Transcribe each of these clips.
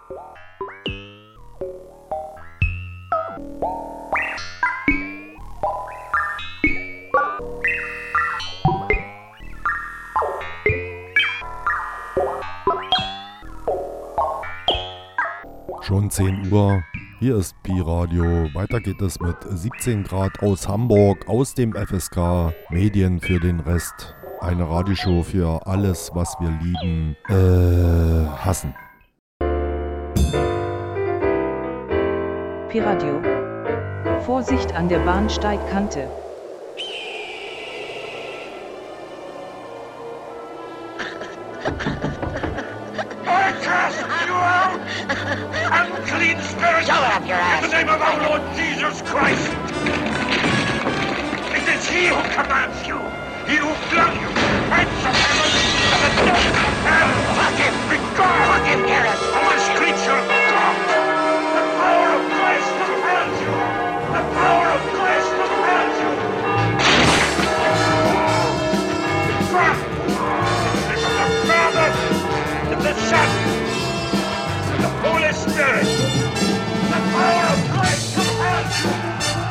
Schon 10 Uhr, hier ist Pi Radio. Weiter geht es mit 17 Grad aus Hamburg, aus dem FSK. Medien für den Rest. Eine Radioshow für alles, was wir lieben, hassen. Pi Radio. Vorsicht an der Bahnsteigkante. Unclean spirit! Shut up, your ass! In the name of our Lord Jesus Christ! It is He who commands you! He who flung you! Prince of heaven and the depths of hell! Fuck him! Begone! Fuck him, Garrett! From this creature of God! The power of Christ compels you! The power of Christ compels you! From the Father and the Son! The Holy Spirit, the power of Christ compels you.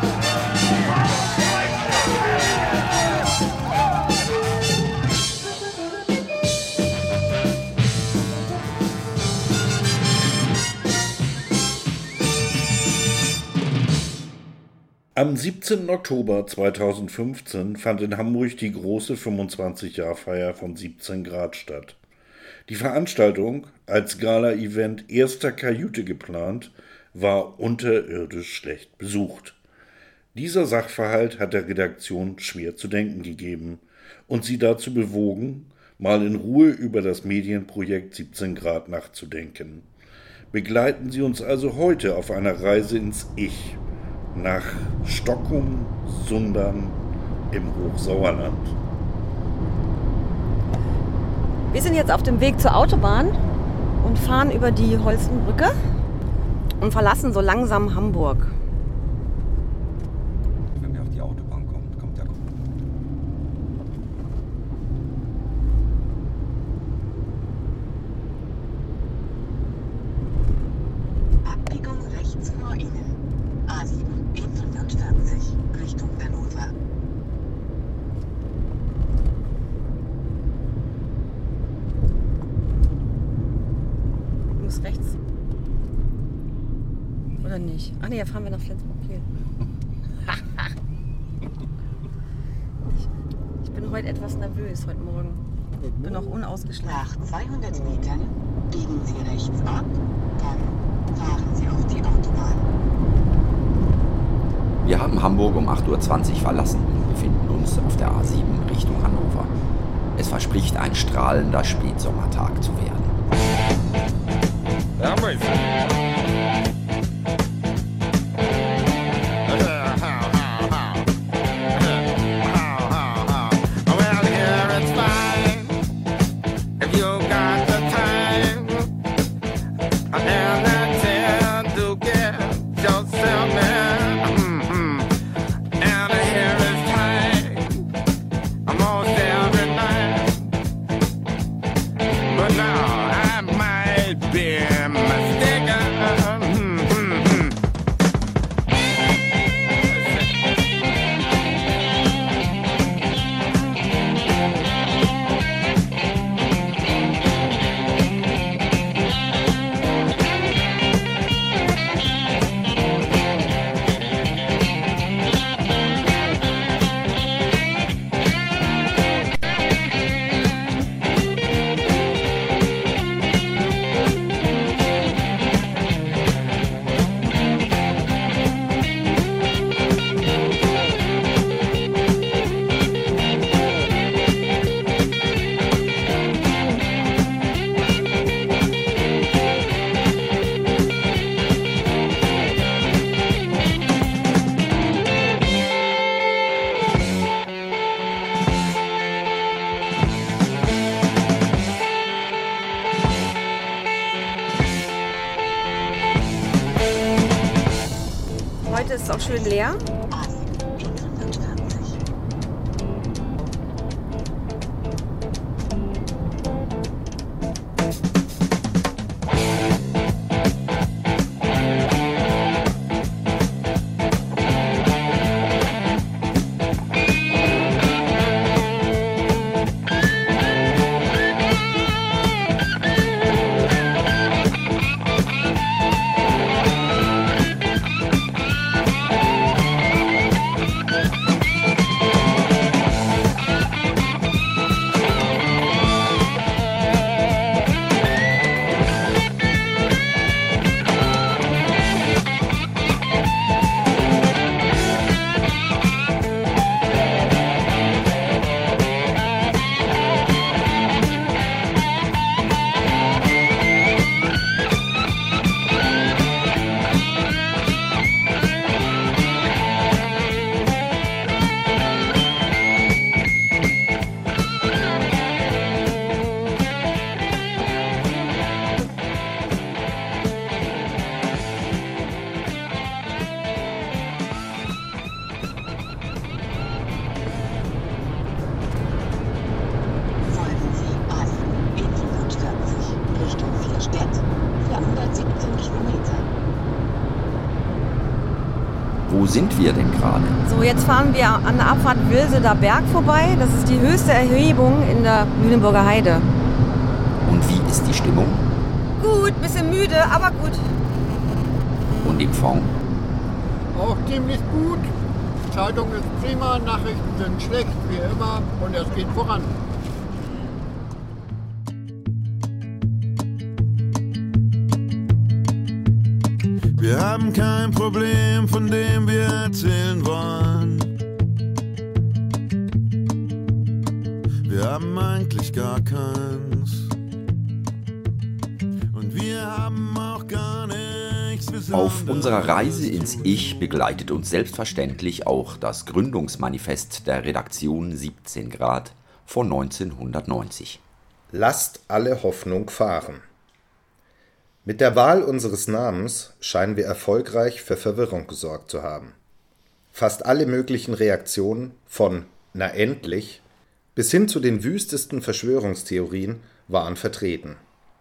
Am 17. Oktober 2015 fand in Hamburg die große 25-Jahr-Feier von 17 Grad statt. Die Veranstaltung, als Gala-Event erster Kajüte geplant, war unterirdisch schlecht besucht. Dieser Sachverhalt hat der Redaktion schwer zu denken gegeben und sie dazu bewogen, mal in Ruhe über das Medienprojekt 17 Grad nachzudenken. Begleiten Sie uns also heute auf einer Reise ins Ich, nach Stockholm, Sundern im Hochsauerland. Wir sind jetzt auf dem Weg zur Autobahn und fahren über die Holstenbrücke und verlassen so langsam Hamburg. Wenn wir auf die Autobahn kommen, kommt der Abbiegung rechts vor Ihnen. A7 E45 Richtung Hannover. Rechts. Oder nicht? Ach nee, da fahren wir nach Flensburg. Okay. Ich bin heute etwas nervös, heute Morgen. Ich bin noch unausgeschlafen. Nach 200 Metern biegen Sie rechts ab, dann fahren Sie auf die Autobahn. Wir haben Hamburg um 8.20 Uhr verlassen und befinden uns auf der A7 Richtung Hannover. Es verspricht ein strahlender Spätsommertag zu werden. I'm racing. Well, here it's fine if you got the time and the time to get yourself in. And here it's time almost every night, but now I might be mistaken. Heute ist es auch schön leer. Wo sind wir denn gerade? So, jetzt fahren wir an der Abfahrt Wilseder Berg vorbei. Das ist die höchste Erhebung in der Lüneburger Heide. Und wie ist die Stimmung? Gut, bisschen müde, aber gut. Und im Fond? Auch ziemlich gut. Zeitung ist prima, Nachrichten sind schlecht, wie immer, und es geht voran. Wir haben kein Problem, von dem wir erzählen wollen. Wir haben eigentlich gar keins. Und wir haben auch gar nichts Besonderes. Auf unserer Reise ins Ich begleitet uns selbstverständlich auch das Gründungsmanifest der Redaktion 17 Grad von 1990. Lasst alle Hoffnung fahren. Mit der Wahl unseres Namens scheinen wir erfolgreich für Verwirrung gesorgt zu haben. Fast alle möglichen Reaktionen von »na endlich« bis hin zu den wüstesten Verschwörungstheorien waren vertreten.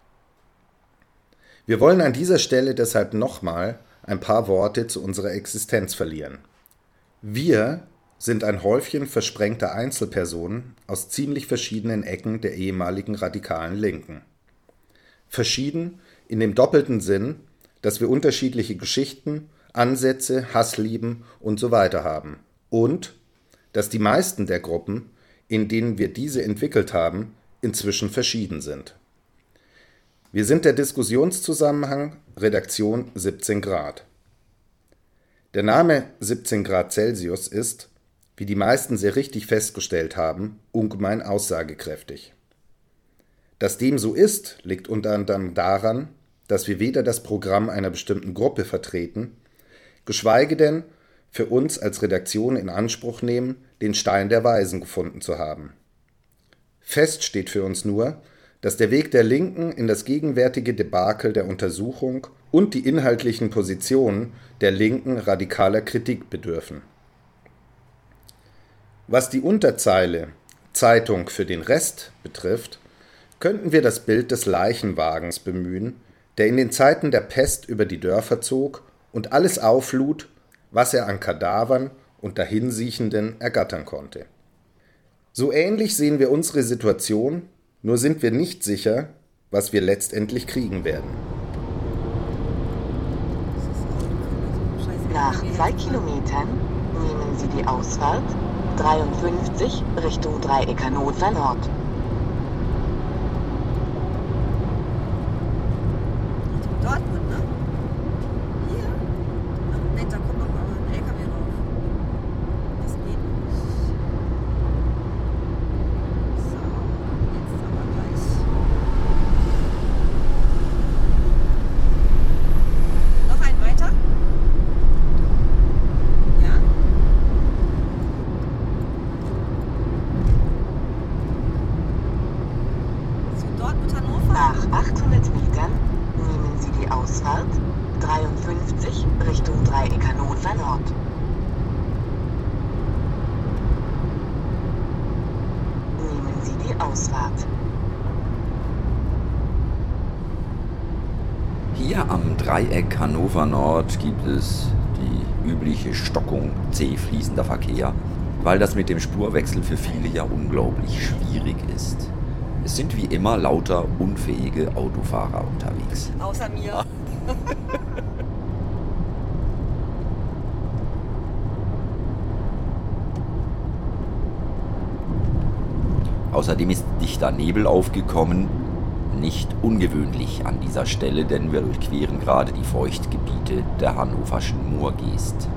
Wir wollen an dieser Stelle deshalb nochmal ein paar Worte zu unserer Existenz verlieren. Wir sind ein Häufchen versprengter Einzelpersonen aus ziemlich verschiedenen Ecken der ehemaligen radikalen Linken. Verschieden in dem doppelten Sinn, dass wir unterschiedliche Geschichten, Ansätze, Hasslieben und so weiter haben. Und dass die meisten der Gruppen, in denen wir diese entwickelt haben, inzwischen verschieden sind. Wir sind der Diskussionszusammenhang Redaktion 17 Grad. Der Name 17 Grad Celsius ist, wie die meisten sehr richtig festgestellt haben, ungemein aussagekräftig. Dass dem so ist, liegt unter anderem daran, dass wir weder das Programm einer bestimmten Gruppe vertreten, geschweige denn für uns als Redaktion in Anspruch nehmen, den Stein der Weisen gefunden zu haben. Fest steht für uns nur, dass der Weg der Linken in das gegenwärtige Debakel der Untersuchung und die inhaltlichen Positionen der Linken radikaler Kritik bedürfen. Was die Unterzeile Zeitung für den Rest betrifft, könnten wir das Bild des Leichenwagens bemühen, der in den Zeiten der Pest über die Dörfer zog und alles auflud, was er an Kadavern und Dahinsiechenden ergattern konnte. So ähnlich sehen wir unsere Situation, nur sind wir nicht sicher, was wir letztendlich kriegen werden. Nach 2 Kilometern nehmen Sie die Ausfahrt 53 Richtung Dreieck Hannover Nord. Dortmund, ne? Hier? Ach, Mensch, da kommt noch mal ein LKW rauf. Das geht nicht. So, jetzt aber gleich. Noch ein weiter? Ja? So, Dortmund, Hannover? Nach 800 Metern nehmen Sie die Ausfahrt 53 Richtung Dreieck Hannover Nord. Nehmen Sie die Ausfahrt. Hier am Dreieck Hannover Nord gibt es die übliche Stockung zäh fließender Verkehr, weil das mit dem Spurwechsel für viele ja unglaublich schwierig ist. Es sind wie immer lauter unfähige Autofahrer unterwegs. Außer mir. Außerdem ist dichter Nebel aufgekommen, nicht ungewöhnlich an dieser Stelle, denn wir durchqueren gerade die Feuchtgebiete der hannoverschen Moorgeest.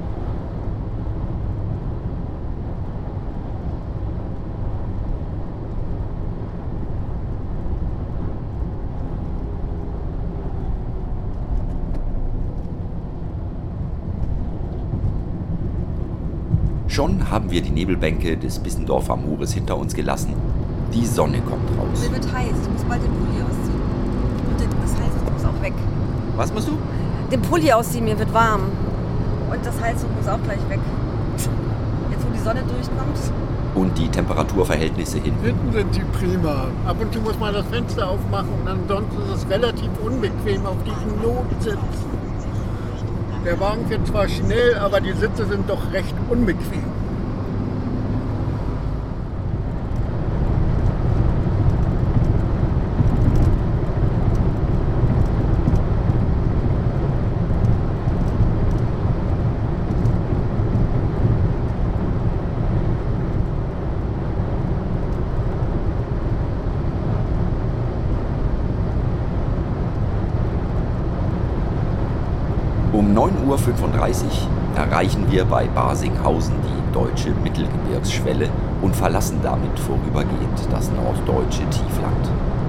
Schon haben wir die Nebelbänke des Bissendorfer Moores hinter uns gelassen. Die Sonne kommt raus. Mir wird heiß, ich muss bald den Pulli ausziehen. Und das heißt, ich muss auch weg. Was musst du? Den Pulli ausziehen, mir wird warm. Und das heißt, ich muss auch gleich weg. Jetzt, wo die Sonne durchkommt. Und die Temperaturverhältnisse hinten? Hinten sind die prima. Ab und zu muss man das Fenster aufmachen und ansonsten ist es relativ unbequem auf diesen Notsitzen. Der Wagen fährt zwar schnell, aber die Sitze sind doch recht unbequem. Um 9:35 Uhr erreichen wir bei Barsinghausen die deutsche Mittelgebirgsschwelle und verlassen damit vorübergehend das norddeutsche Tiefland.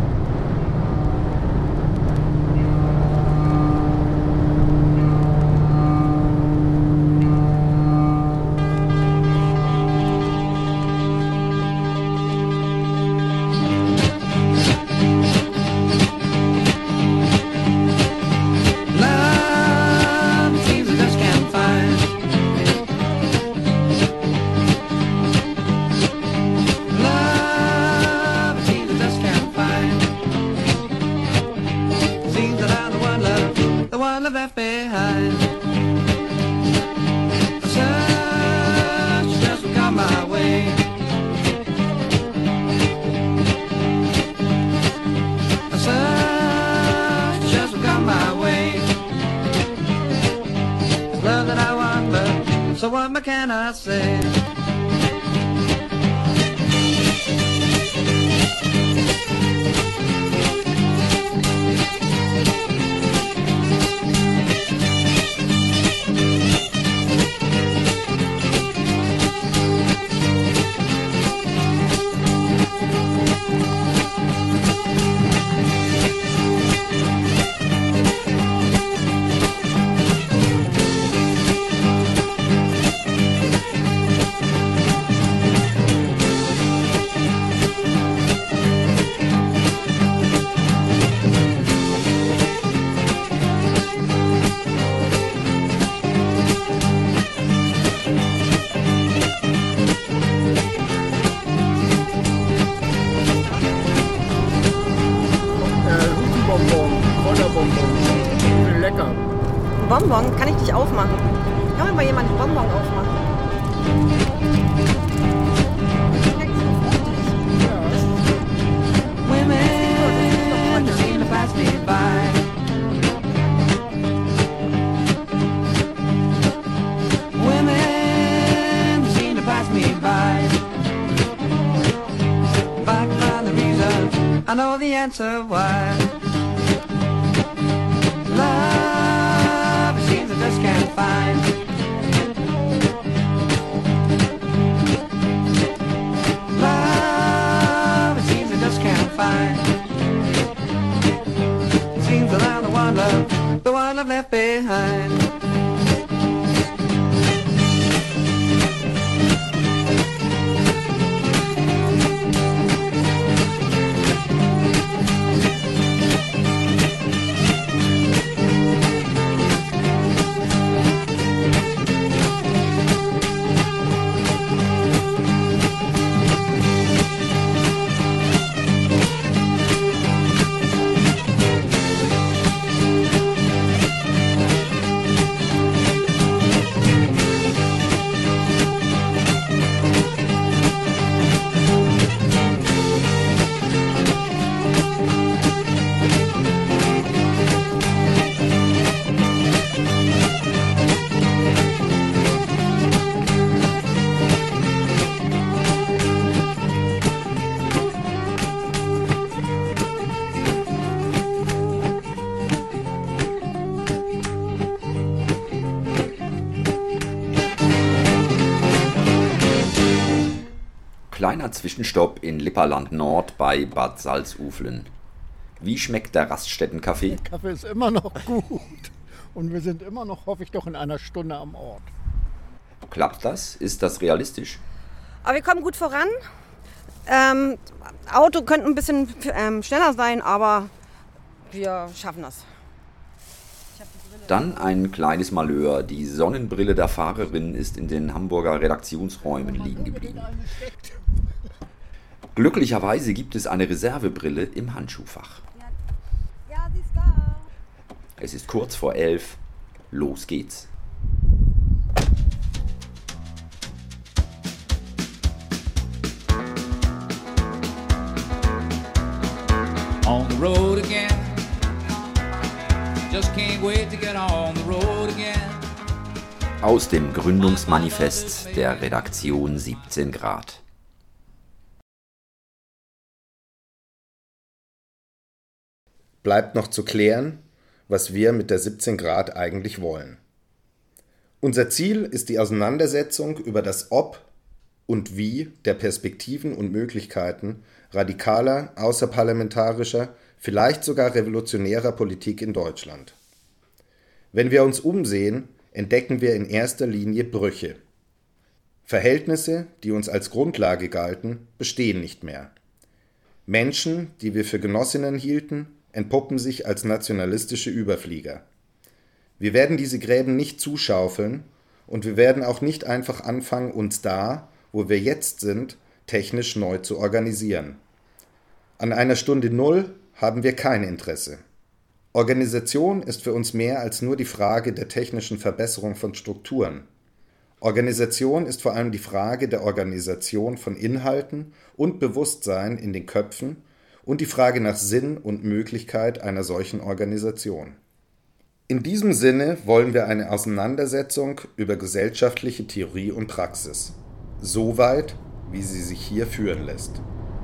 Bonbon, kann ich dich aufmachen? Kann mir mal jemand einen Bonbon aufmachen? I know the answer why. Can't find. Love, it seems I just can't find. It seems that I'm the one I've left behind. Kleiner Zwischenstopp in Lipperland Nord bei Bad Salzuflen. Wie schmeckt der Raststättenkaffee? Der Kaffee ist immer noch gut und wir sind immer noch, hoffe ich doch, in einer Stunde am Ort. Klappt das? Ist das realistisch? Aber wir kommen gut voran. Auto könnte ein bisschen schneller sein, aber wir schaffen das. Dann ein kleines Malheur. Die Sonnenbrille der Fahrerin ist in den Hamburger Redaktionsräumen liegen geblieben. Glücklicherweise gibt es eine Reservebrille im Handschuhfach. Ja, sie ist da. Es ist kurz vor 11. Los geht's! On the road again. Just can't wait to get on the road again. Aus dem Gründungsmanifest der Redaktion 17 Grad. Bleibt noch zu klären, was wir mit der 17 Grad eigentlich wollen. Unser Ziel ist die Auseinandersetzung über das Ob und Wie der Perspektiven und Möglichkeiten radikaler, außerparlamentarischer, vielleicht sogar revolutionärer Politik in Deutschland. Wenn wir uns umsehen, entdecken wir in erster Linie Brüche. Verhältnisse, die uns als Grundlage galten, bestehen nicht mehr. Menschen, die wir für Genossinnen hielten, entpuppen sich als nationalistische Überflieger. Wir werden diese Gräben nicht zuschaufeln und wir werden auch nicht einfach anfangen, uns da, wo wir jetzt sind, technisch neu zu organisieren. An einer Stunde Null haben wir kein Interesse. Organisation ist für uns mehr als nur die Frage der technischen Verbesserung von Strukturen. Organisation ist vor allem die Frage der Organisation von Inhalten und Bewusstsein in den Köpfen und die Frage nach Sinn und Möglichkeit einer solchen Organisation. In diesem Sinne wollen wir eine Auseinandersetzung über gesellschaftliche Theorie und Praxis. Soweit, wie sie sich hier führen lässt.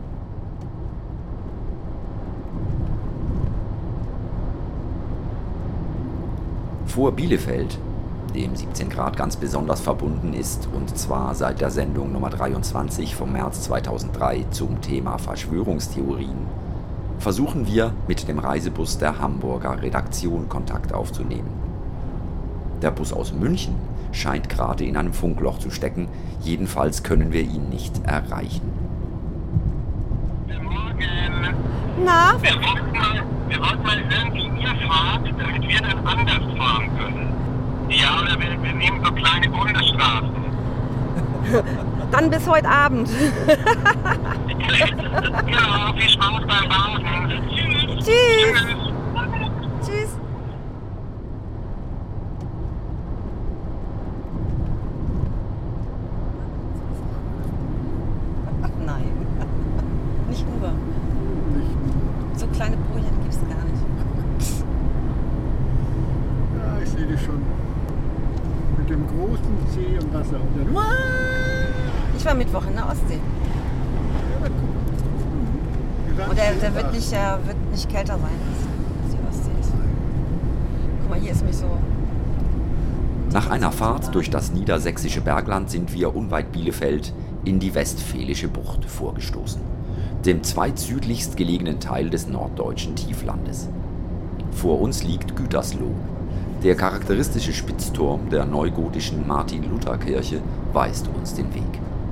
Vor Bielefeld, dem 17 Grad ganz besonders verbunden ist, und zwar seit der Sendung Nummer 23 vom März 2003 zum Thema Verschwörungstheorien, versuchen wir mit dem Reisebus der Hamburger Redaktion Kontakt aufzunehmen. Der Bus aus München scheint gerade in einem Funkloch zu stecken, jedenfalls können wir ihn nicht erreichen. Guten Morgen. Na? Wir wollten mal hören, wie ihr fahrt, damit wir dann anders fahren können. Ja, oder wir nehmen so kleine Bundesstraßen. Dann bis heute Abend. Ja, viel Spaß beim Bauen. Tschüss. Tschüss. Nein. Nicht nur. So kleine Bojen gibt es gar nicht. Ja, ich sehe dich schon. Mit dem großen See und Wasser. Und dann Ich war Mittwoch in der Ostsee. Und der wird nicht kälter sein, als die Ostsee ist. Guck mal, hier ist mich so... Nach einer Fahrt durch das niedersächsische Bergland sind wir unweit Bielefeld in die Westfälische Bucht vorgestoßen, dem zweitsüdlichst gelegenen Teil des norddeutschen Tieflandes. Vor uns liegt Gütersloh. Der charakteristische Spitzturm der neugotischen Martin-Luther-Kirche weist uns den Weg.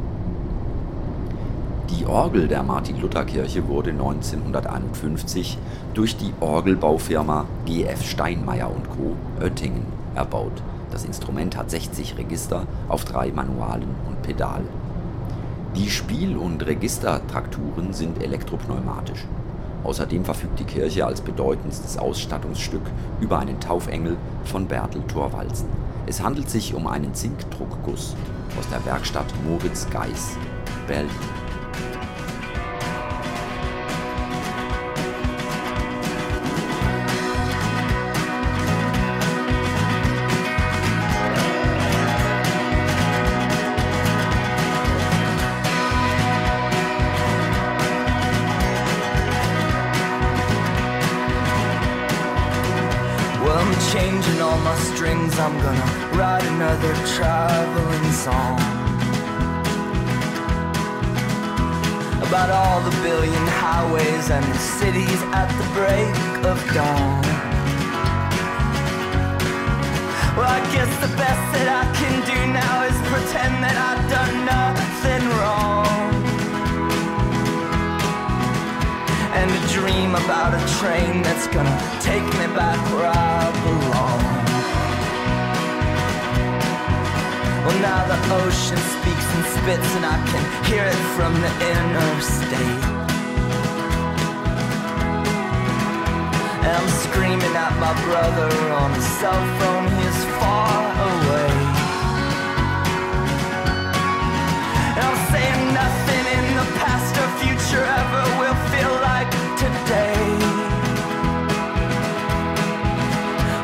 Die Orgel der Martin-Luther-Kirche wurde 1951 durch die Orgelbaufirma G.F. Steinmeier & Co. Oettingen erbaut. Das Instrument hat 60 Register auf 3 Manualen und Pedal. Die Spiel- und Registertrakturen sind elektropneumatisch. Außerdem verfügt die Kirche als bedeutendstes Ausstattungsstück über einen Taufengel von Bertel Thorwaldsen. Es handelt sich um einen Zinkdruckguss aus der Werkstatt Moritz Geis, Berlin. Changing all my strings, I'm gonna write another traveling song about all the billion highways and the cities at the break of dawn. Well, I guess the best that I can do now is pretend that I've done nothing wrong, and a dream about a train that's gonna take me back where I belong. Well, now the ocean speaks and spits and I can hear it from the interstate. And I'm screaming at my brother on his cell phone, his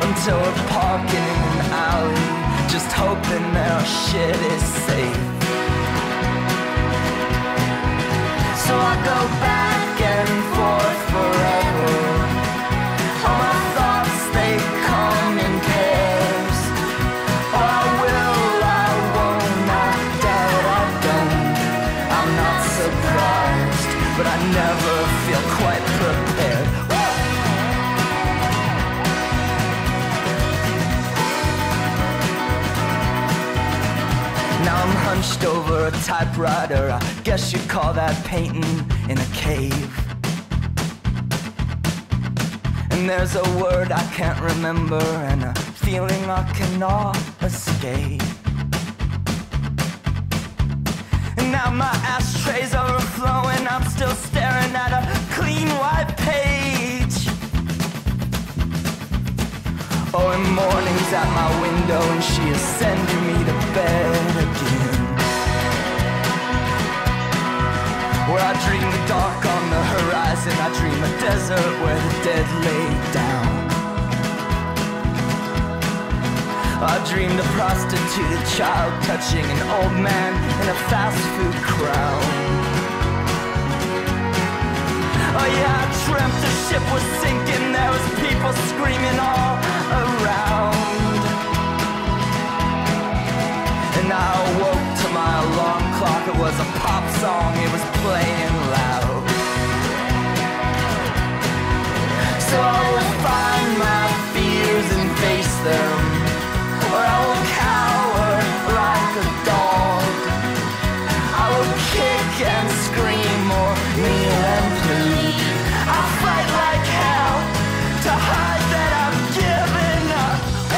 until we're parking in an alley, just hoping that our shit is safe. So I go back and forth forever. All my thoughts, they come in pairs. Oh, I will, I won't, I doubt I don't. I'm not surprised, but I never feel quite prepared. Now I'm hunched over a typewriter. I guess you'd call that painting in a cave. And there's a word I can't remember and a feeling I cannot escape. And now my ashtray's overflowing. I'm still staring at a clean white page. Oh, and morning's at my window and she is sending me to bed again. Where I dream the dark on the horizon, I dream a desert where the dead lay down. I dream the prostituted child touching an old man in a fast food crowd. Oh yeah, I dreamt the ship was sinking, there was people screaming all around. And I awoke to my alarm clock, it was a pop song, it was playing loud. So I will find my fears and face them, or I will cower like a dog. I will kick and scream or kneel and plead. I'll fight like hell to hide that I'm giving up.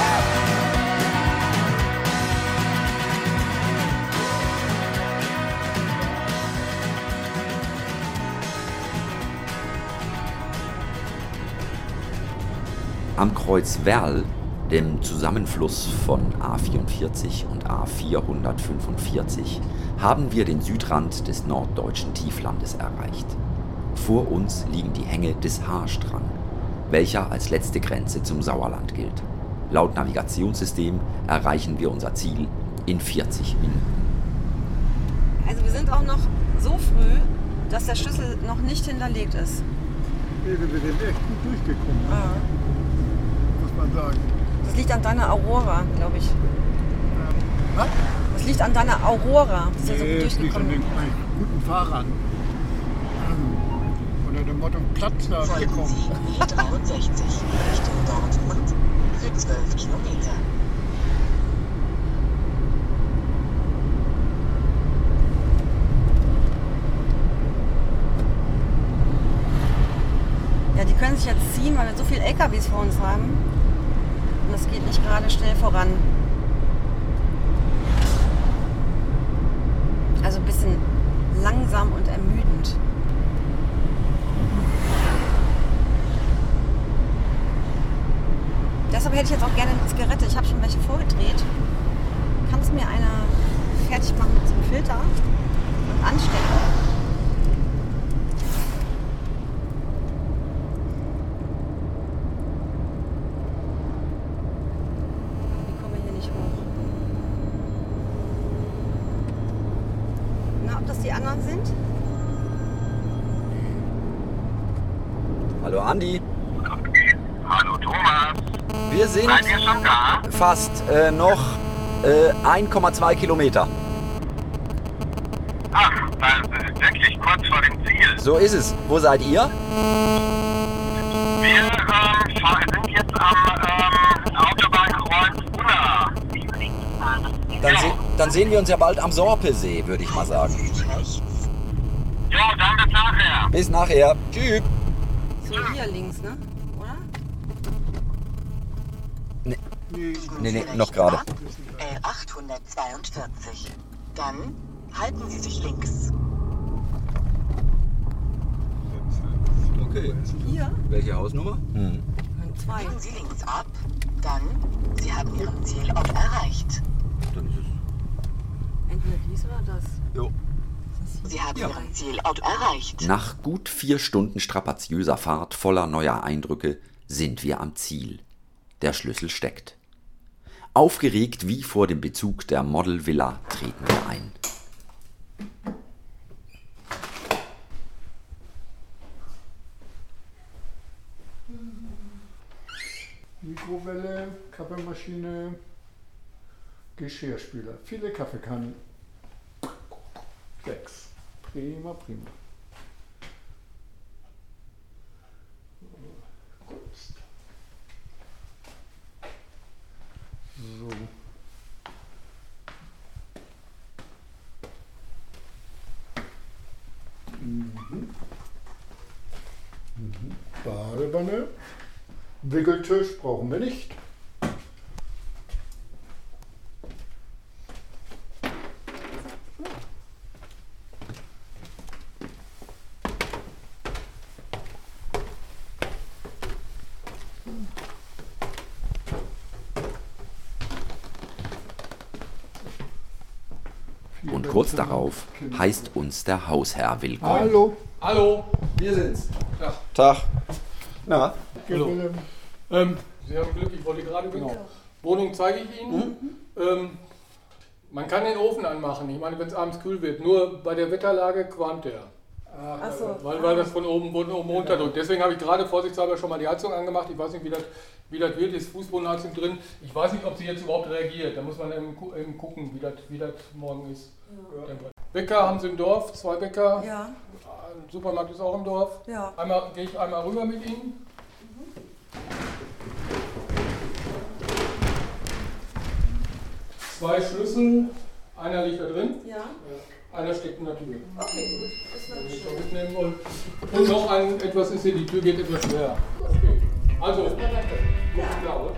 Am Kreuz Werl, dem Zusammenfluss von A44 und A445, haben wir den Südrand des norddeutschen Tieflandes erreicht. Vor uns liegen die Hänge des Haarstrang, welcher als letzte Grenze zum Sauerland gilt. Laut Navigationssystem erreichen wir unser Ziel in 40 Minuten. Also wir sind auch noch so früh, dass der Schlüssel noch nicht hinterlegt ist. Wir sind echt gut durchgekommen. Ja. Muss man sagen. Das liegt an deiner Aurora, glaube ich. Was? Das liegt an deiner Aurora. Das ist ja so gut das liegt an durchgekommen. den guten Fahrern. Unter dem Motto Platz da gekommen. E63 Richtung Dortmund für 12 Kilometer. Ja, die können sich jetzt ziehen, weil wir so viele LKWs vor uns haben. Und das geht nicht gerade schnell voran. Also ein bisschen langsam und ermüdend. Deshalb hätte ich jetzt auch gerne eine Zigarette. Ich habe schon welche vorgedreht. Kannst du mir eine fertig machen mit so einem Filter und anstecken? Ich komme hier nicht hoch. Na, ob das die anderen sind? Hallo Andi. Hallo Thomas. Wir sind Seid ihr schon da? fast noch 1,2 Kilometer. Ach, dann sind wirklich kurz vor dem Ziel. So ist es. Wo seid ihr? Wir sind jetzt am Autobahnkreuz Unna. Dann sehen wir uns ja bald am Sorpesee, würde ich mal sagen. Jo, dann bis nachher. Bis nachher. Tschüss. So hier links, ne? Oder? Nee, noch gerade. L842. Dann halten Sie sich links. Okay. Hier? Welche Hausnummer? Biegen Sie links ab. Dann, Sie haben Ihren Zielort erreicht. Dann ist es. Entweder dies oder das. Jo. Sie haben Ihren Zielort erreicht. Nach gut 4 Stunden strapaziöser Fahrt voller neuer Eindrücke sind wir am Ziel. Der Schlüssel steckt. Aufgeregt wie vor dem Bezug der Model Villa treten wir ein. Mikrowelle, Kaffeemaschine, Geschirrspüler, viele Kaffeekannen. 6. Prima, prima. So. Badewanne. Wickeltisch brauchen wir nicht. Und kurz darauf heißt uns der Hausherr willkommen. Hallo. Hallo, wir sind's. Tag. Na? Hallo. Sie haben Glück, ich wollte gerade Wohnung zeige ich Ihnen. Man kann den Ofen anmachen, ich meine, wenn es abends kühl wird. Nur bei der Wetterlage qualmt der. Weil das von oben runterdrückt. Deswegen habe ich gerade vorsichtshalber schon mal die Heizung angemacht. Ich weiß nicht, wie das wird. Ist Fußbodenheizung drin. Ich weiß nicht, ob sie jetzt überhaupt reagiert. Da muss man eben gucken, wie das morgen ist. Ja. Bäcker haben sie im Dorf, 2 Bäcker. Ja. Supermarkt ist auch im Dorf. Ja. Gehe ich einmal rüber mit Ihnen. 2 Schlüssel, einer liegt da drin. Ja. Einer steckt in der Tür. Okay, gut. Das war schön. Mitnehmen wollen. Und noch etwas ist hier, die Tür geht etwas schwer. Okay. Also, ja. Klar, oder?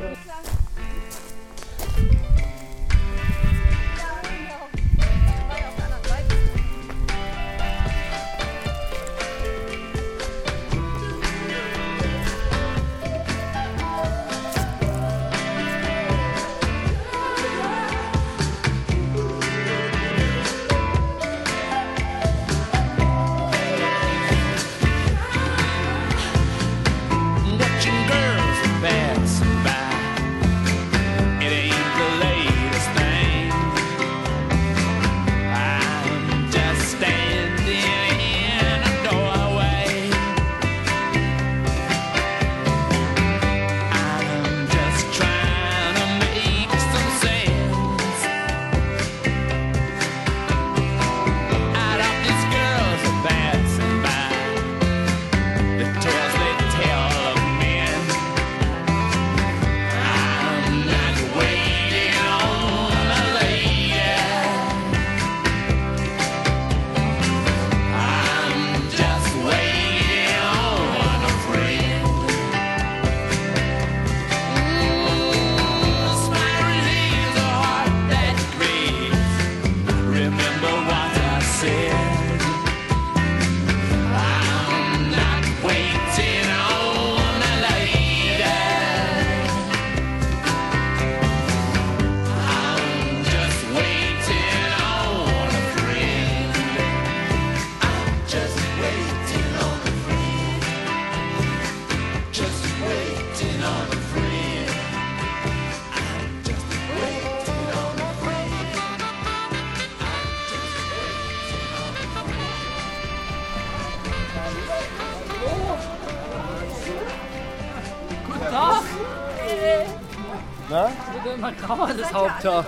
Na? Mal grauer das Haupthaar.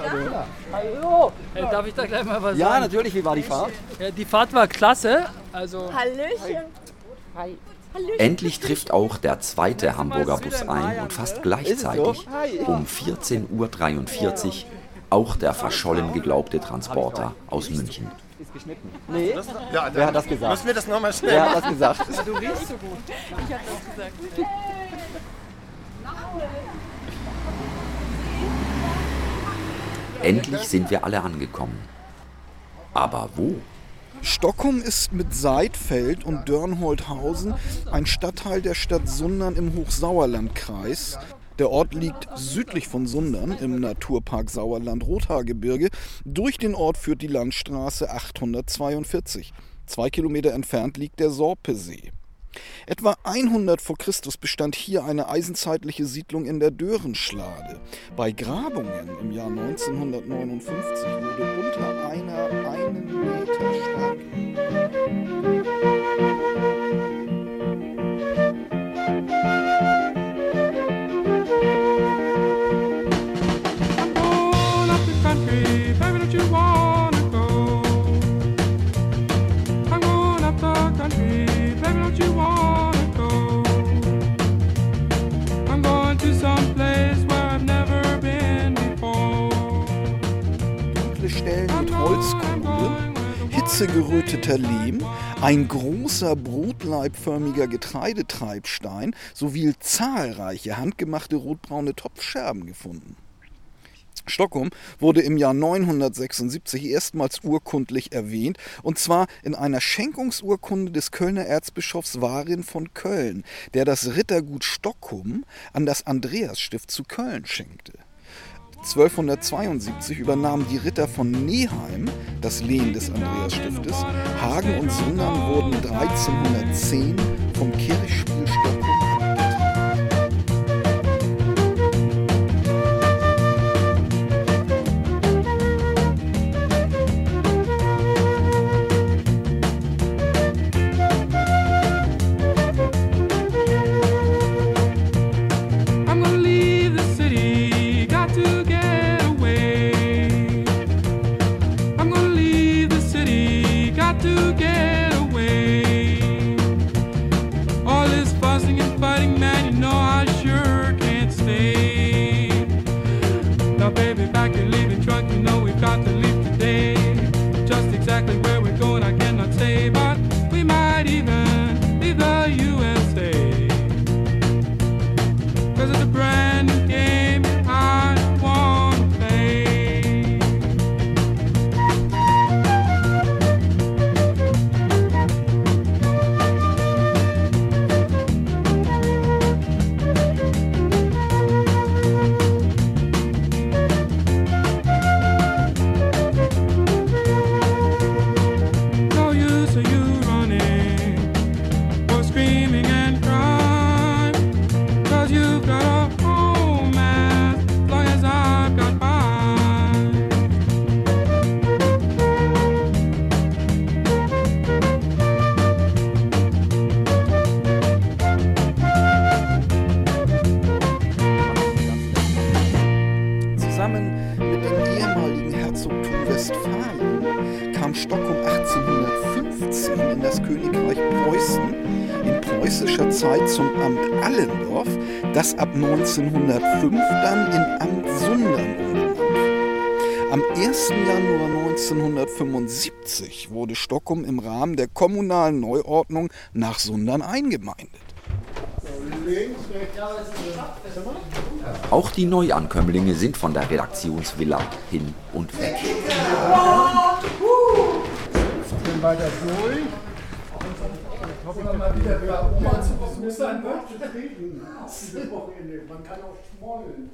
Hallo. Darf ich da gleich mal was sagen? Ja, natürlich. Wie war die Fahrt? Ja, die Fahrt war klasse. Also Hallöchen. Hi. Endlich trifft auch der zweite Hamburger Bus ein und fast gleichzeitig um 14:43 Uhr auch der verschollen geglaubte Transporter aus München. Ist geschnitten. Nee? Ja, wer hat das gesagt? Müssen wir das nochmal schnell Wer hat das gesagt? Du riechst so gut. Ich hab das gesagt. Endlich sind wir alle angekommen. Aber wo? Stockholm ist mit Seidfeld und Dörnholthausen ein Stadtteil der Stadt Sundern im Hochsauerlandkreis. Der Ort liegt südlich von Sundern im Naturpark Sauerland-Rothaargebirge. Durch den Ort führt die Landstraße 842. 2 Kilometer entfernt liegt der Sorpesee. Etwa 100 vor Christus bestand hier eine eisenzeitliche Siedlung in der Dörenschlade. Bei Grabungen im Jahr 1959 wurde unter einer 1 Meter stark. Stellen mit Holzkohle, hitzegeröteter Lehm, ein großer brotleibförmiger Getreidetreibstein sowie zahlreiche handgemachte rotbraune Topfscherben gefunden. Stockholm wurde im Jahr 976 erstmals urkundlich erwähnt, und zwar in einer Schenkungsurkunde des Kölner Erzbischofs Warin von Köln, der das Rittergut Stockholm an das Andreasstift zu Köln schenkte. 1272 übernahmen die Ritter von Neheim das Lehen des Andreasstiftes. Hagen und Sundern wurden 1310 vom Kirchspiel Stockholm zum Amt Allendorf, das ab 1905 dann in Amt Sundern umbenannt. Am 1. Januar 1975 wurde Stockholm im Rahmen der kommunalen Neuordnung nach Sundern eingemeindet. Auch die Neuankömmlinge sind von der Redaktionsvilla hin und weg. Weiter durch. Mal wieder bei Oma zu Besuch sein möchte. Diese Wochenende. Man kann auch schmollen.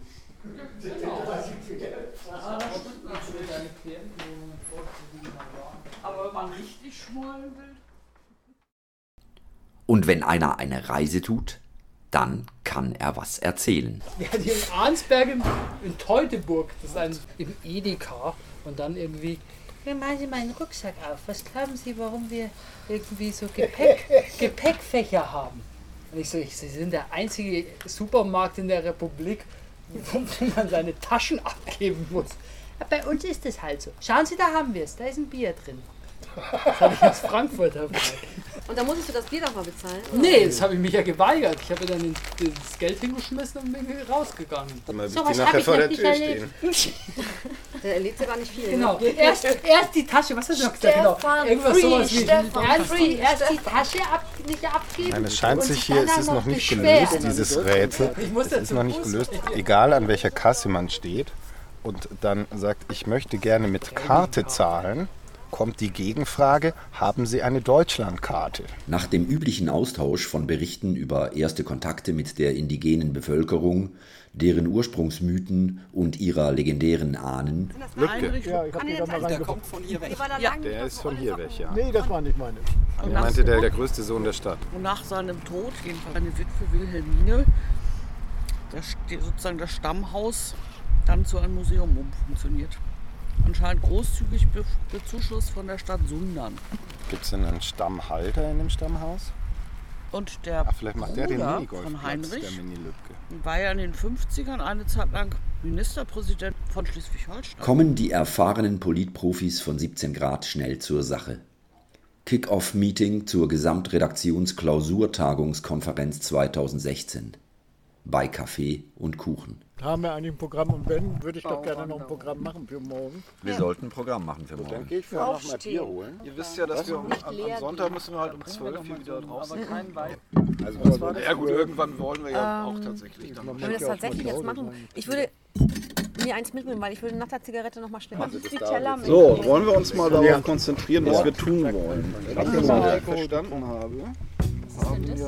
Aber wenn man richtig schmollen will. Und wenn einer eine Reise tut, dann kann er was erzählen. Wir hatten hier in Arnsberg in Teutoburg, das ist ein im Edeka, und dann irgendwie. Machen Sie meinen Rucksack auf. Was glauben Sie, warum wir irgendwie so Gepäckfächer haben? Und ich so, Sie sind der einzige Supermarkt in der Republik, wo man seine Taschen abgeben muss. Ja, bei uns ist das halt so. Schauen Sie, da haben wir es. Da ist ein Bier drin. Das habe ich aus Frankfurt dabei. Und da musstest du das Bier doch mal bezahlen? Oder? Nee, das habe ich mich ja geweigert. Ich habe dann das Geld hingeschmissen und bin rausgegangen. So was habe ich noch nicht erlebt. Der erlebt ja gar nicht viel. Genau. Erst die Tasche, was hast du noch gesagt? Genau. Irgendwas sowas wie erst die Tasche nicht abgeben. Nein, es scheint sich hier, es ist noch nicht gelöst, dieses Rätsel. Es ist noch nicht gelöst, egal an welcher Kasse man steht und dann sagt, ich möchte gerne mit Karte zahlen, kommt die Gegenfrage, haben Sie eine Deutschlandkarte? Nach dem üblichen Austausch von Berichten über erste Kontakte mit der indigenen Bevölkerung, deren Ursprungsmythen und ihrer legendären Ahnen. Lübcke. Ja, ich hab die da mal Der kommt von hier weg. Ja. Der ist von hier weg, ja. Nee, das war nicht meine. Er meinte der größte Sohn der Stadt. Und nach seinem Tod, jedenfalls seine Witwe Wilhelmine, sozusagen das Stammhaus dann zu einem Museum umfunktioniert. Anscheinend großzügig bezuschusst von der Stadt Sundern. Gibt es denn einen Stammhalter in dem Stammhaus? Und der vielleicht macht der den Bruder Minigolfplatz, von Heinrich der Mini-Lübcke. war ja in den 50ern eine Zeit lang Ministerpräsident von Schleswig-Holstein. Kommen die erfahrenen Politprofis von 17 Grad schnell zur Sache. Kick-Off-Meeting zur Gesamtredaktionsklausurtagungskonferenz 2016. Bei Kaffee und Kuchen. Haben wir eigentlich ein Programm und wenn, würde ich doch gerne noch ein Programm machen für morgen. Wir sollten ein Programm machen für morgen. Dann gehe ich für noch mal Bier holen. Ihr wisst ja, dass wir am Sonntag müssen wir halt um 12 hier wieder draußen sein. Also was war das? Ja gut, irgendwann wollen wir ja auch tatsächlich. Wenn wir das tatsächlich jetzt machen, ich würde mir eins mitnehmen, weil ich würde nach der Zigarette noch mal schnell die Teller mit. So, wollen wir uns mal darauf konzentrieren, was wir tun wollen. Was ich mal verstanden habe, haben wir...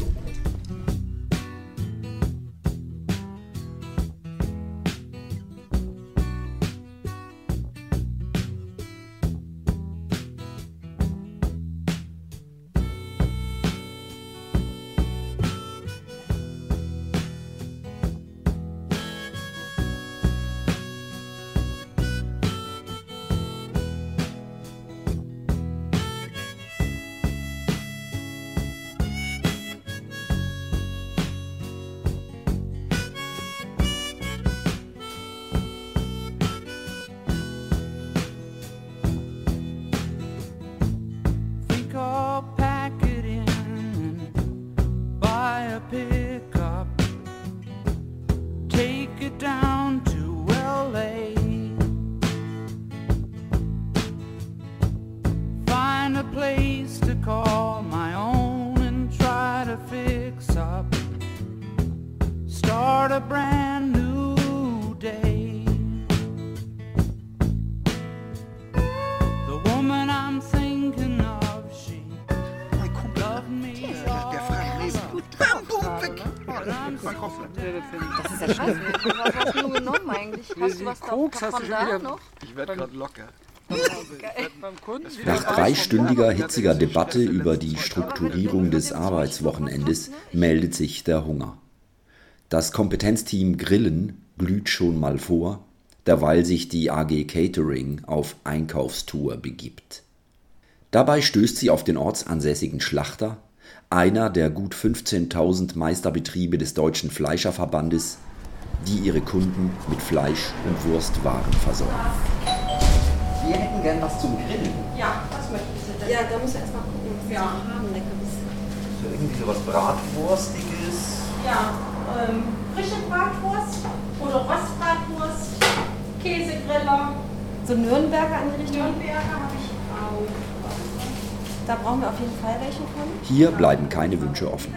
Das ist ja scheiße. Was hast du genommen eigentlich? Hast du was davon da noch? Ich werde gerade locker. Nach 3-stündiger hitziger Debatte über die Strukturierung des Arbeitswochenendes meldet sich der Hunger. Das Kompetenzteam Grillen glüht schon mal vor, derweil sich die AG Catering auf Einkaufstour begibt. Dabei stößt sie auf den ortsansässigen Schlachter, einer der gut 15.000 Meisterbetriebe des Deutschen Fleischerverbandes, die ihre Kunden mit Fleisch- und Wurstwaren versorgen. Wir hätten gern was zum Grillen. Ja, was möchten Sie denn? Ja, da muss er erstmal gucken, was wir haben. Leckeres. So irgendwie so was Bratwurstiges. Ja, frische Bratwurst oder Rostbratwurst, Käsegriller. So Nürnberger in die Richtung? Nürnberger habe ich auch. Da brauchen wir auf jeden Fall welche von. Hier bleiben keine Wünsche offen.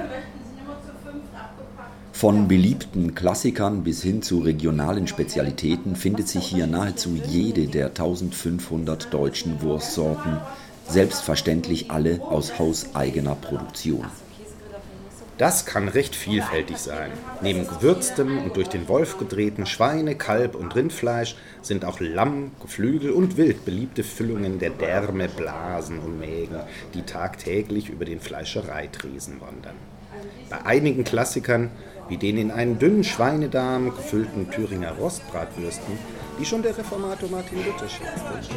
Von beliebten Klassikern bis hin zu regionalen Spezialitäten findet sich hier nahezu jede der 1500 deutschen Wurstsorten, selbstverständlich alle aus hauseigener Produktion. Das kann recht vielfältig sein. Neben gewürztem und durch den Wolf gedrehten Schweine-, Kalb- und Rindfleisch sind auch Lamm, Geflügel und Wild beliebte Füllungen der Därme, Blasen und Mägen, die tagtäglich über den Fleischereitresen wandern. Bei einigen Klassikern, wie den in einen dünnen Schweinedarm gefüllten Thüringer Rostbratwürsten, die schon der Reformator Martin Luther scherzte.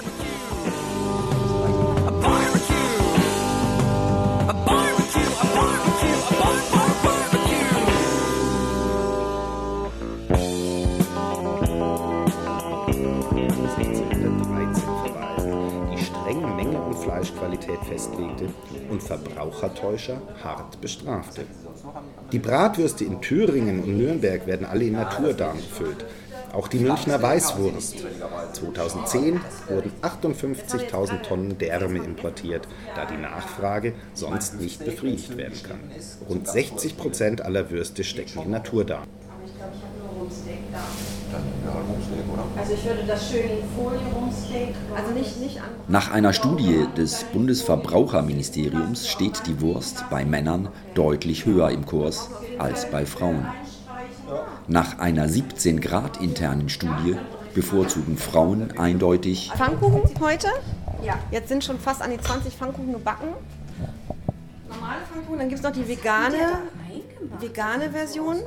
Fleischqualität festlegte und Verbrauchertäuscher hart bestrafte. Die Bratwürste in Thüringen und Nürnberg werden alle in Naturdarm gefüllt. Auch die Münchner Weißwurst. 2010 wurden 58.000 Tonnen Därme importiert, da die Nachfrage sonst nicht befriedigt werden kann. Rund 60% aller Würste stecken in Naturdarm. Ich glaube, ich habe nur Rumsteak da. Rumsteak, oder? Also ich würde das schön in Folie rumsteak. Also nicht an. Nach einer Studie des Bundesverbraucherministeriums steht die Wurst bei Männern deutlich höher im Kurs als bei Frauen. Nach einer 17 Grad internen Studie bevorzugen Frauen eindeutig Pfannkuchen heute? Ja. Jetzt sind schon fast an die 20 Pfannkuchen gebacken. Normale Pfannkuchen, dann gibt es noch die vegane Version.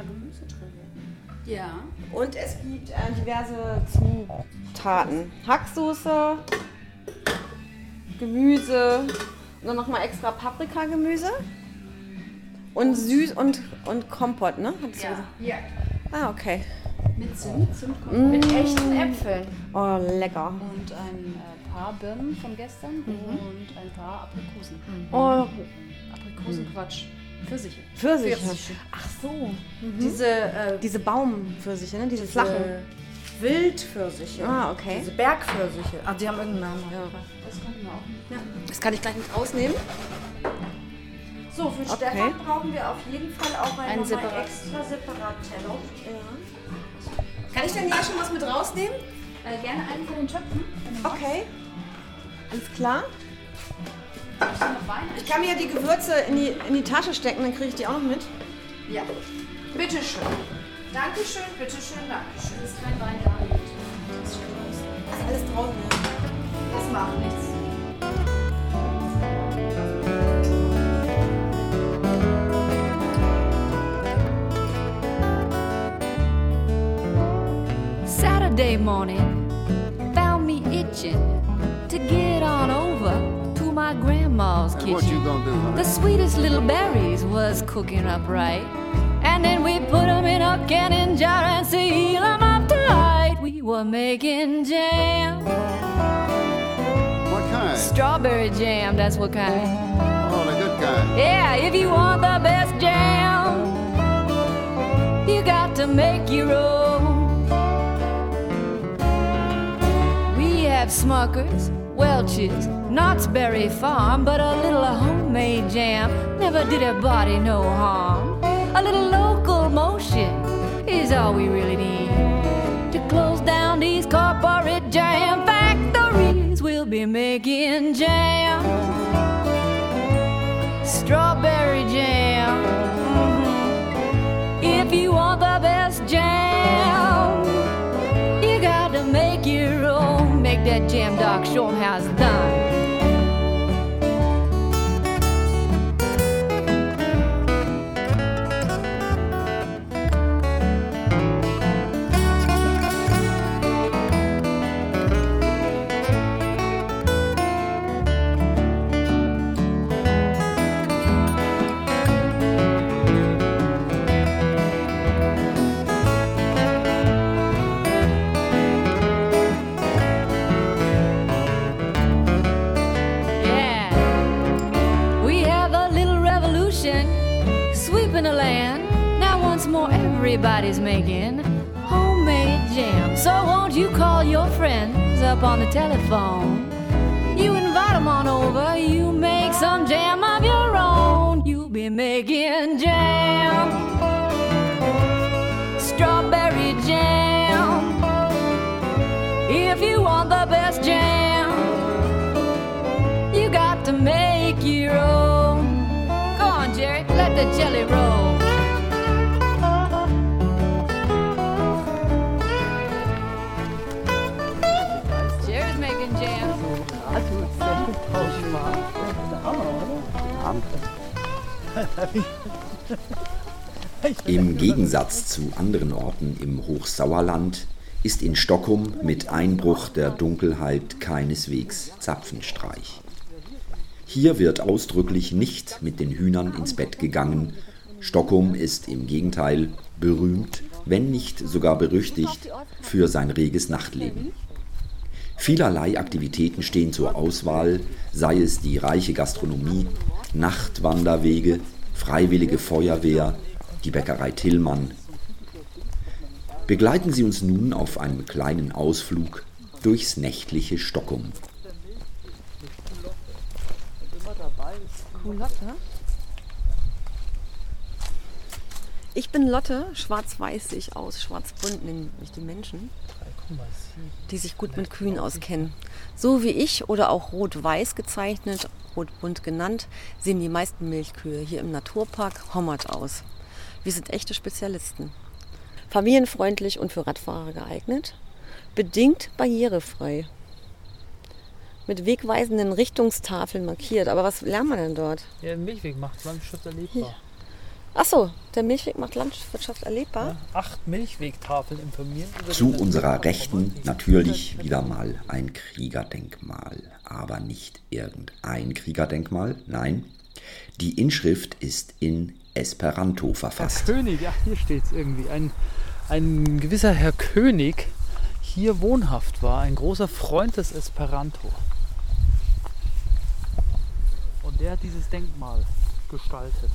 Ja. Und es gibt diverse Zutaten. Hacksoße, Gemüse, und dann nochmal extra Paprikagemüse und süß und Kompott, ne? Hattest du gesagt? Ja. Ah, okay. Mit Zimtkompott. Mit echten Äpfeln. Oh, lecker. Und ein paar Birnen von gestern und ein paar Aprikosen. Oh. Aprikosenquatsch. Pfirsiche. Pfirsiche. Ach so. Diese Baumpfirsiche, ne? Diese flachen. Wildpfirsiche. Ah, okay. Diese Bergpfirsiche. Ach, die haben irgendeinen Namen. Ja. Das können wir auch nicht. Ja. Das kann ich gleich mit rausnehmen. So, für Okay. Stefan brauchen wir auf jeden Fall auch einen Ein separat. extra Separat-Tello. Kann ich denn ja schon was mit rausnehmen? Gerne einen von den Töpfen. Okay. Alles klar. Hast du noch Wein? Ich kann mir ja die Gewürze in die Tasche stecken, dann kriege ich die auch noch mit. Ja. Bitteschön. Dankeschön, bitteschön, dankeschön. Das ist kein Wein da. Das ist draußen. Das ist alles draußen, ja. Das macht nichts. Saturday morning found me itching to get on over to my grandma's kitchen. What you gonna do, honey? The sweetest little berries was cooking up right. And then we put them in a canning jar and seal them up tight. We were making jam. What kind? Strawberry jam, that's what kind. Oh, the good kind. Yeah, if you want the best jam, you got to make your own. We have Smuckers, Welch's, Knott's Berry Farm, but a little homemade jam never did a body no harm. A little local motion is all we really need to close down these corporate jam factories. We'll be making jam, strawberry jam. If you want the best jam, you got to make your own. Make that jam, Doc. Show 'em how it's done. Sweeping the land. Now once more everybody's making homemade jam. So won't you call your friends up on the telephone? You invite them on over, you make some jam of your own. You'll be making jam, strawberry jam. If you want the best jam, you got to make your own. Go on, Jerry, let the jelly roll. Jerry's making jam. Im Gegensatz zu anderen Orten im Hochsauerland ist in Stockholm mit Einbruch der Dunkelheit keineswegs Zapfenstreich. Hier wird ausdrücklich nicht mit den Hühnern ins Bett gegangen. Stockholm ist im Gegenteil berühmt, wenn nicht sogar berüchtigt, für sein reges Nachtleben. Vielerlei Aktivitäten stehen zur Auswahl, sei es die reiche Gastronomie, Nachtwanderwege, Freiwillige Feuerwehr, die Bäckerei Tillmann. Begleiten Sie uns nun auf einem kleinen Ausflug durchs nächtliche Stockholm. Ich bin Lotte, schwarz-weiß sehe ich aus, schwarz-bunt nennen mich die Menschen, die sich gut mit Kühen auskennen. So wie ich oder auch rot-weiß gezeichnet, rot-bunt genannt, sehen die meisten Milchkühe hier im Naturpark Hommat aus. Wir sind echte Spezialisten. Familienfreundlich und für Radfahrer geeignet, bedingt barrierefrei. Mit wegweisenden Richtungstafeln markiert. Aber was lernt man denn dort? Ja, der Milchweg macht Landwirtschaft erlebbar. Achso, der Milchweg macht Landwirtschaft erlebbar? Ja, 8 Milchwegtafeln informieren. Zu unserer Rechten natürlich wieder mal ein Kriegerdenkmal. Aber nicht irgendein Kriegerdenkmal, nein. Die Inschrift ist in Esperanto verfasst. Herr König, ja, hier steht es irgendwie. Ein gewisser Herr König hier wohnhaft war, ein großer Freund des Esperanto. Und der hat dieses Denkmal gestaltet.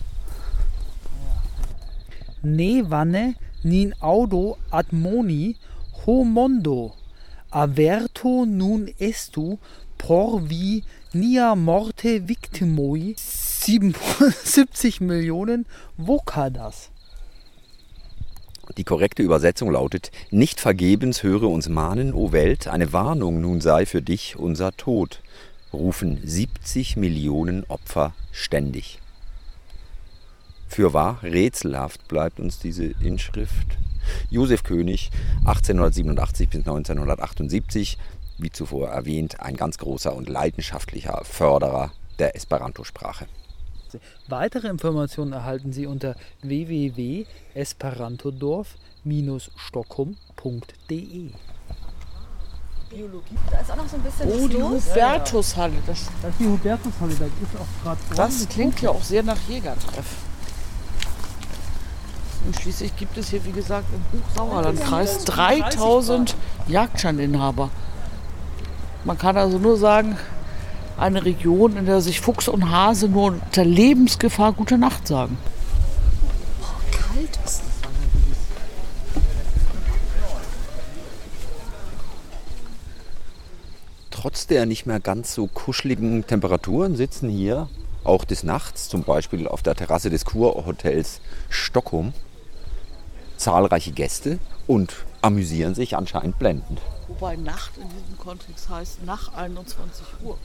Ne vanne nin audo ad moni ho mondo averto nun estu por vi nia morte victimoi 77 Millionen vocadas. Die korrekte Übersetzung lautet: Nicht vergebens höre uns mahnen, o Welt, eine Warnung nun sei für dich unser Tod, rufen 70 Millionen Opfer ständig. Fürwahr rätselhaft bleibt uns diese Inschrift. Josef König, 1887 bis 1978, wie zuvor erwähnt, ein ganz großer und leidenschaftlicher Förderer der Esperanto-Sprache. Weitere Informationen erhalten Sie unter www.esperantodorf-stockholm.de. Biologie. Da ist auch noch so ein bisschen Oh, die los. Hubertushalle. Das ist die Hubertushalle, da ist auch gerade. Das klingt ja auch sehr nach Jägertreff. Und schließlich gibt es hier, wie gesagt, im Hochsauerlandkreis 3000 Jagdscheininhaber. Man kann also nur sagen, eine Region, in der sich Fuchs und Hase nur unter Lebensgefahr gute Nacht sagen. Kalt ist es. Trotz der nicht mehr ganz so kuscheligen Temperaturen sitzen hier auch des Nachts, zum Beispiel auf der Terrasse des Kurhotels Stockholm, zahlreiche Gäste und amüsieren sich anscheinend blendend. Wobei Nacht in diesem Kontext heißt nach 21 Uhr.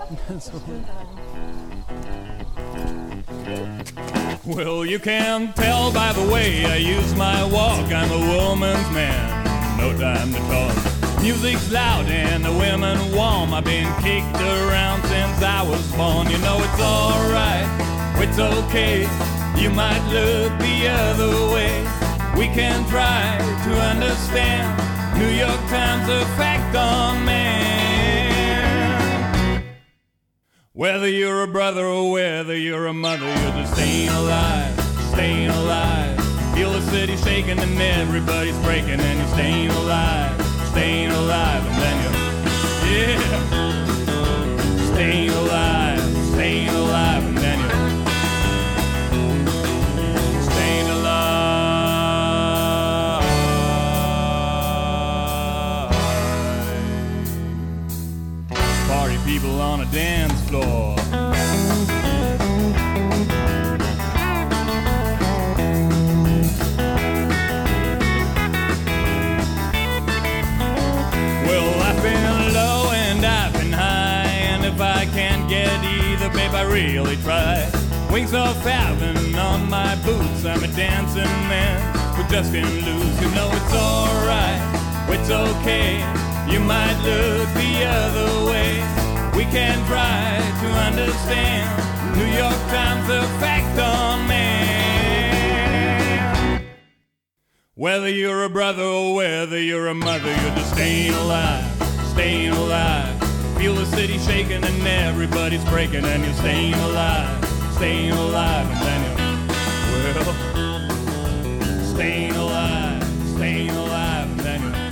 Well, you can tell by the way I use my walk, I'm a woman's man, no time to talk. Music's loud and the women warm, I've been kicked around since I was born. You know it's alright, it's okay, you might look the other way. We can try to understand New York Times, a fact on man. Whether you're a brother or whether you're a mother, you're just staying alive, staying alive. Feel the city shaking and everybody's breaking and you're staying alive, staying alive. And then you're, yeah, staying alive, staying alive. And then you're staying alive. Party people on a dance floor. Well, I've been low and I've been high, and if I can't get either, babe, I really try. Wings of heaven on my boots, I'm a dancing man who just can't lose. You know it's alright, it's okay, you might look the other way. We can try to understand New York Times, a fact on man. Whether you're a brother or whether you're a mother, you're just staying alive, staying alive. Feel the city shaking and everybody's breaking and you're staying alive, staying alive. And then you're, well, staying alive, staying alive. And then you're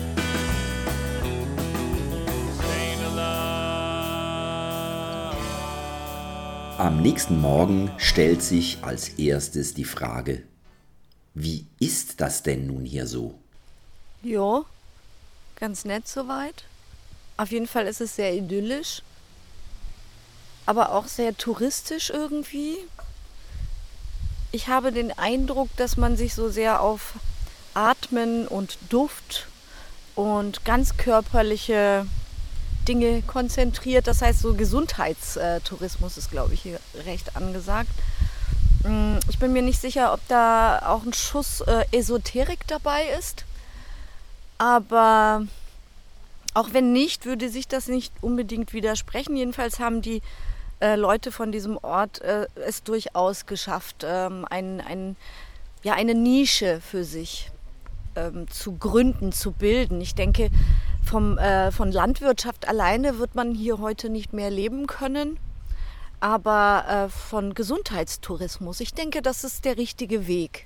Am nächsten Morgen stellt sich als erstes die Frage: Wie ist das denn nun hier so? Ja, ganz nett soweit. Auf jeden Fall ist es sehr idyllisch, aber auch sehr touristisch irgendwie. Ich habe den Eindruck, dass man sich so sehr auf Atmen und Duft und ganz körperliche Dinge konzentriert. Das heißt, so Gesundheitstourismus ist, glaube ich, hier recht angesagt. Ich bin mir nicht sicher, ob da auch ein Schuss Esoterik dabei ist. Aber auch wenn nicht, würde sich das nicht unbedingt widersprechen. Jedenfalls haben die Leute von diesem Ort es durchaus geschafft, eine Nische für sich zu gründen, zu bilden. Ich denke, von Landwirtschaft alleine wird man hier heute nicht mehr leben können, aber von Gesundheitstourismus, ich denke, das ist der richtige Weg.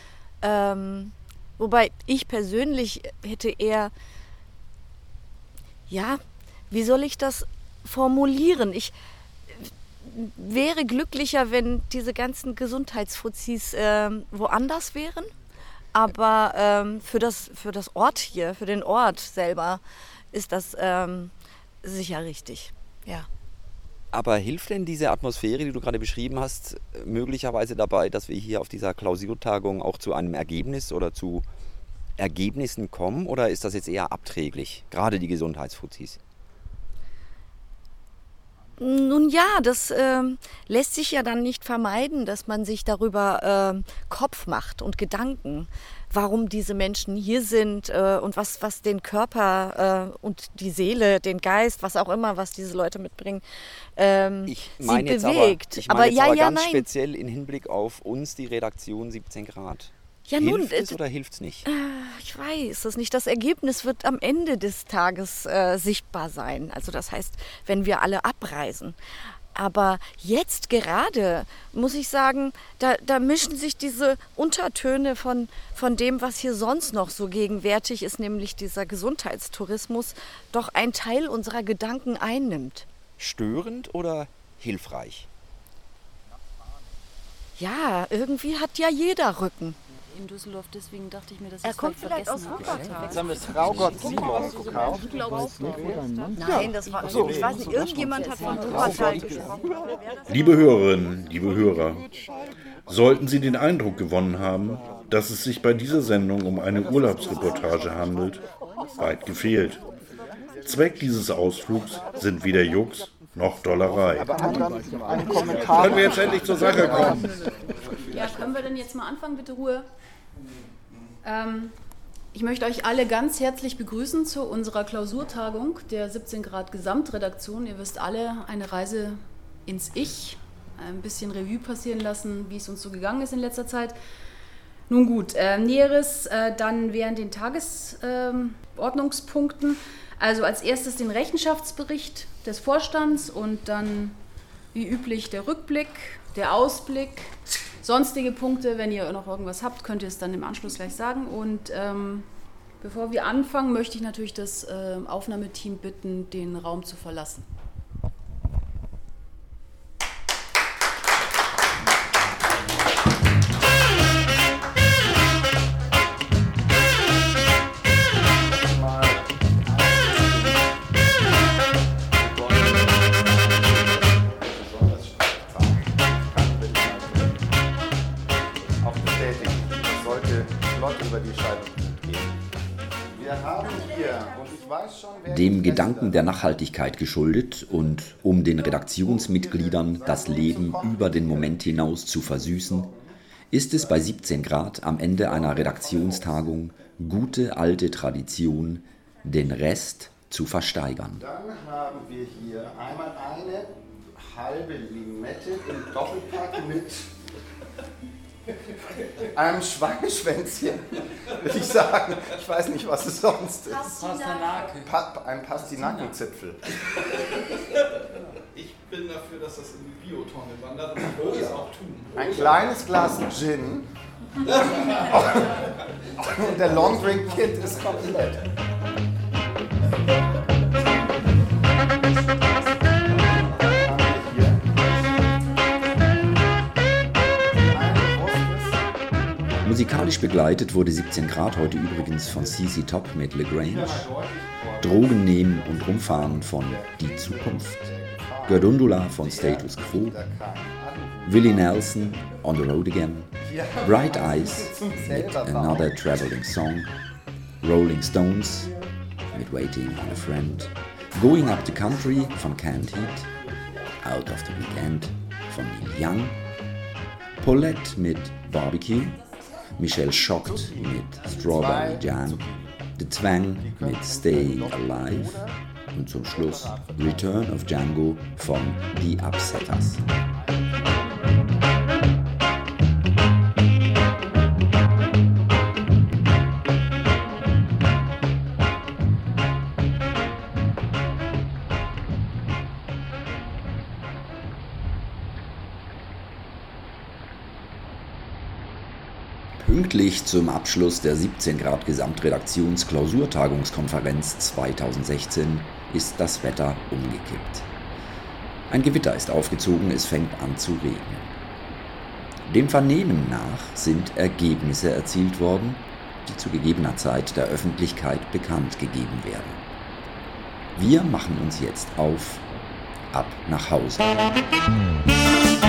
Wobei ich persönlich hätte eher, wie soll ich das formulieren? Ich wäre glücklicher, wenn diese ganzen Gesundheitsfuzis woanders wären. Aber für das Ort hier, für den Ort selber, ist das sicher richtig. Ja. Aber hilft denn diese Atmosphäre, die du gerade beschrieben hast, möglicherweise dabei, dass wir hier auf dieser Klausurtagung auch zu einem Ergebnis oder zu Ergebnissen kommen? Oder ist das jetzt eher abträglich, gerade die Gesundheitsfuzis? Nun ja, das lässt sich ja dann nicht vermeiden, dass man sich darüber Kopf macht und Gedanken, warum diese Menschen hier sind und was den Körper und die Seele, den Geist, was auch immer, was diese Leute mitbringen, ich meine sie bewegt. Ich meine jetzt aber ganz speziell in Hinblick auf uns, die Redaktion 17 Grad. Ja, hilft es oder hilft es nicht? Ich weiß es nicht. Das Ergebnis wird am Ende des Tages sichtbar sein. Also das heißt, wenn wir alle abreisen. Aber jetzt gerade, muss ich sagen, da mischen sich diese Untertöne von dem, was hier sonst noch so gegenwärtig ist, nämlich dieser Gesundheitstourismus, doch ein Teil unserer Gedanken einnimmt. Störend oder hilfreich? Ja, irgendwie hat ja jeder Rücken. In Düsseldorf, deswegen dachte ich mir, dass er kommt vielleicht aus Wuppertal. Jetzt haben wir das Fraugot Simon gekauft. Nein, das war so. Ich weiß nicht, irgendjemand hat von Wuppertal gesprochen. Liebe Hörerinnen, liebe Hörer, sollten Sie den Eindruck gewonnen haben, dass es sich bei dieser Sendung um eine Urlaubsreportage handelt, weit gefehlt. Zweck dieses Ausflugs sind weder Jux noch Dollerei. Können wir jetzt endlich zur Sache kommen? Ja, können wir denn jetzt mal anfangen, bitte Ruhe? Ich möchte euch alle ganz herzlich begrüßen zu unserer Klausurtagung der 17 Grad Gesamtredaktion. Ihr wisst alle, eine Reise ins Ich, ein bisschen Revue passieren lassen, wie es uns so gegangen ist in letzter Zeit. Nun gut, Näheres dann während den Tagesordnungspunkten. Also als erstes den Rechenschaftsbericht des Vorstands und dann wie üblich der Rückblick, der Ausblick, sonstige Punkte. Wenn ihr noch irgendwas habt, könnt ihr es dann im Anschluss gleich sagen. Und bevor wir anfangen, möchte ich natürlich das Aufnahmeteam bitten, den Raum zu verlassen. Dem Gedanken der Nachhaltigkeit geschuldet und um den Redaktionsmitgliedern das Leben über den Moment hinaus zu versüßen, ist es bei 17 Grad am Ende einer Redaktionstagung gute alte Tradition, den Rest zu versteigern. Dann haben wir hier einmal eine halbe Limette im Doppelpack mit einem Schweineschwänzchen, würde ich sagen. Ich weiß nicht, was es sonst ist. Ein Pastinakenzipfel. Ich bin dafür, dass das in die Biotonne wandert und ich würde es auch tun. Ein kleines Glas Gin. Und der Longdrink-Kit ist komplett. Musikalisch begleitet wurde 17 Grad heute übrigens von CC Top mit LaGrange, Drogen nehmen und rumfahren von Die Zukunft, Gördundula von Status Quo, Willie Nelson On the Road Again, Bright Eyes mit Another Traveling Song, Rolling Stones mit Waiting on a Friend, Going Up the Country von Canned Heat, Out of the Weekend von Neil Young, Paulette mit Barbecue, Michelle Shocked mit Strawberry Jam, The Twang mit Staying Alive und zum Schluss Return of Django von The Upsetters. Pünktlich zum Abschluss der 17 Grad Gesamtredaktions-Klausurtagungskonferenz 2016 ist das Wetter umgekippt. Ein Gewitter ist aufgezogen, es fängt an zu regnen. Dem Vernehmen nach sind Ergebnisse erzielt worden, die zu gegebener Zeit der Öffentlichkeit bekannt gegeben werden. Wir machen uns jetzt auf, ab nach Hause.